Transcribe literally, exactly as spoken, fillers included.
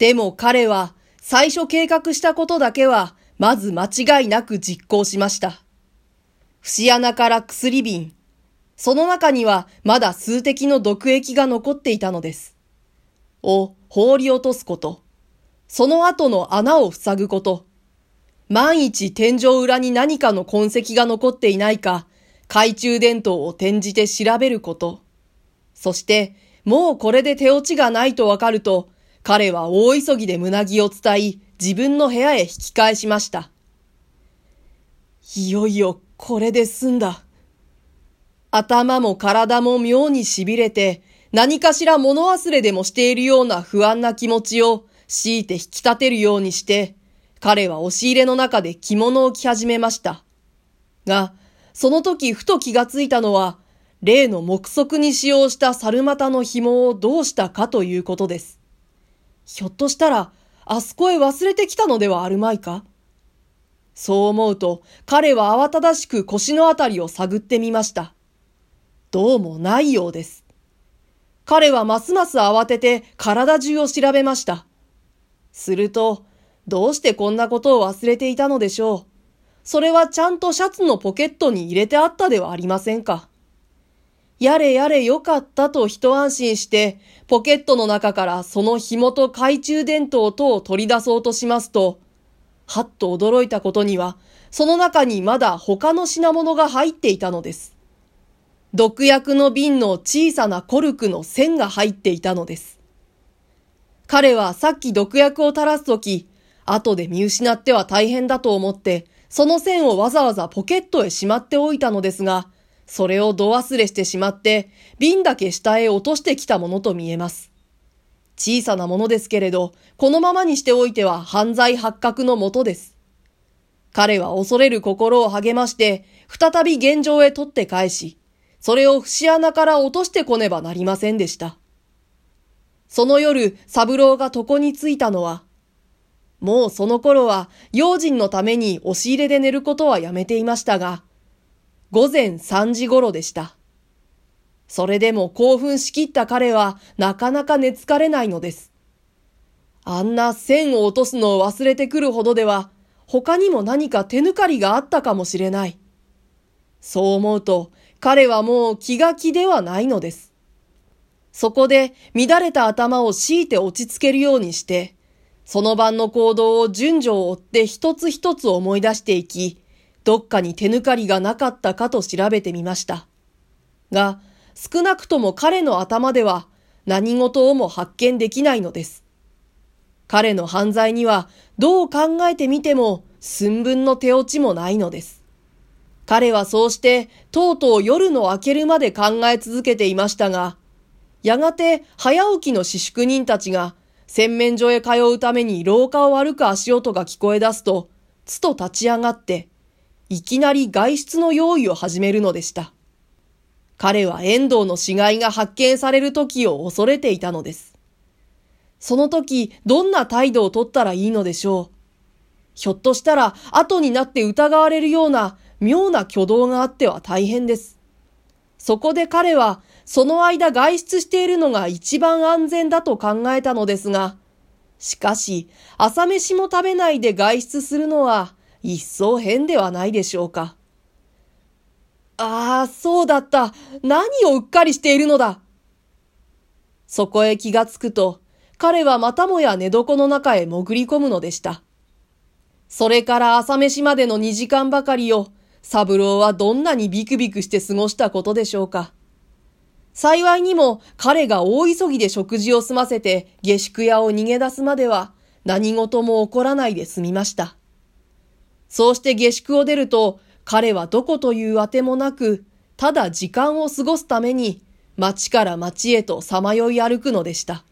でも彼は最初計画したことだけはまず間違いなく実行しました。節穴から薬瓶。その中にはまだ数滴の毒液が残っていたのです。を放り落とすこと。その後の穴を塞ぐこと。万一天井裏に何かの痕跡が残っていないか、懐中電灯を転じて調べること。そして、もうこれで手落ちがないとわかると、彼は大急ぎで胸着を伝い、自分の部屋へ引き返しました。いよいよこれで済んだ。頭も体も妙に痺れて、何かしら物忘れでもしているような不安な気持ちを強いて引き立てるようにして、彼は押し入れの中で着物を着始めました。が、その時ふと気がついたのは、例の木足に使用した猿股の紐をどうしたかということです。ひょっとしたら、あそこへ忘れてきたのではあるまいか？そう思うと、彼は慌ただしく腰のあたりを探ってみました。どうもないようです。彼はますます慌てて体中を調べました。すると、どうしてこんなことを忘れていたのでしょう。それはちゃんとシャツのポケットに入れてあったではありませんか。やれやれよかったと一安心して、ポケットの中からその紐と懐中電灯等を取り出そうとしますと、はっと驚いたことには、その中にまだ他の品物が入っていたのです。毒薬の瓶の小さなコルクの線が入っていたのです。彼はさっき毒薬を垂らすとき、後で見失っては大変だと思って、その線をわざわざポケットへしまっておいたのですが、それをど忘れしてしまって、瓶だけ下へ落としてきたものと見えます。小さなものですけれど、このままにしておいては犯罪発覚のもとです。彼は恐れる心を励まして、再び現場へ取って返し、それを節穴から落としてこねばなりませんでした。その夜、三郎が床に着いたのは、もうその頃は用心のために押し入れで寝ることはやめていましたが、午前三時頃でした。それでも興奮しきった彼はなかなか寝つかれないのです。あんな線を落とすのを忘れてくるほどでは、他にも何か手抜かりがあったかもしれない。そう思うと、彼はもう気が気ではないのです。そこで乱れた頭を強いて落ち着けるようにして、その晩の行動を順序を追って一つ一つ思い出していき、どっかに手抜かりがなかったかと調べてみました。が、少なくとも彼の頭では何事をも発見できないのです。彼の犯罪にはどう考えてみても寸分の手落ちもないのです。彼はそうしてとうとう夜の明けるまで考え続けていましたが、やがて早起きの私宿人たちが洗面所へ通うために廊下を歩く足音が聞こえ出すと、つと立ち上がって、いきなり外出の用意を始めるのでした。彼は遠藤の死骸が発見される時を恐れていたのです。その時、どんな態度を取ったらいいのでしょう。ひょっとしたら、後になって疑われるような妙な挙動があっては大変です。そこで彼は、その間外出しているのが一番安全だと考えたのですが、しかし、朝飯も食べないで外出するのは、一層変ではないでしょうか。ああ、そうだった。何をうっかりしているのだ。そこへ気がつくと、彼はまたもや寝床の中へ潜り込むのでした。それから朝飯までの二時間ばかりを、三郎はどんなにビクビクして過ごしたことでしょうか。幸いにも彼が大急ぎで食事を済ませて下宿屋を逃げ出すまでは何事も起こらないで済みました。そうして下宿を出ると彼はどこというあてもなく、ただ時間を過ごすために町から町へとさまよい歩くのでした。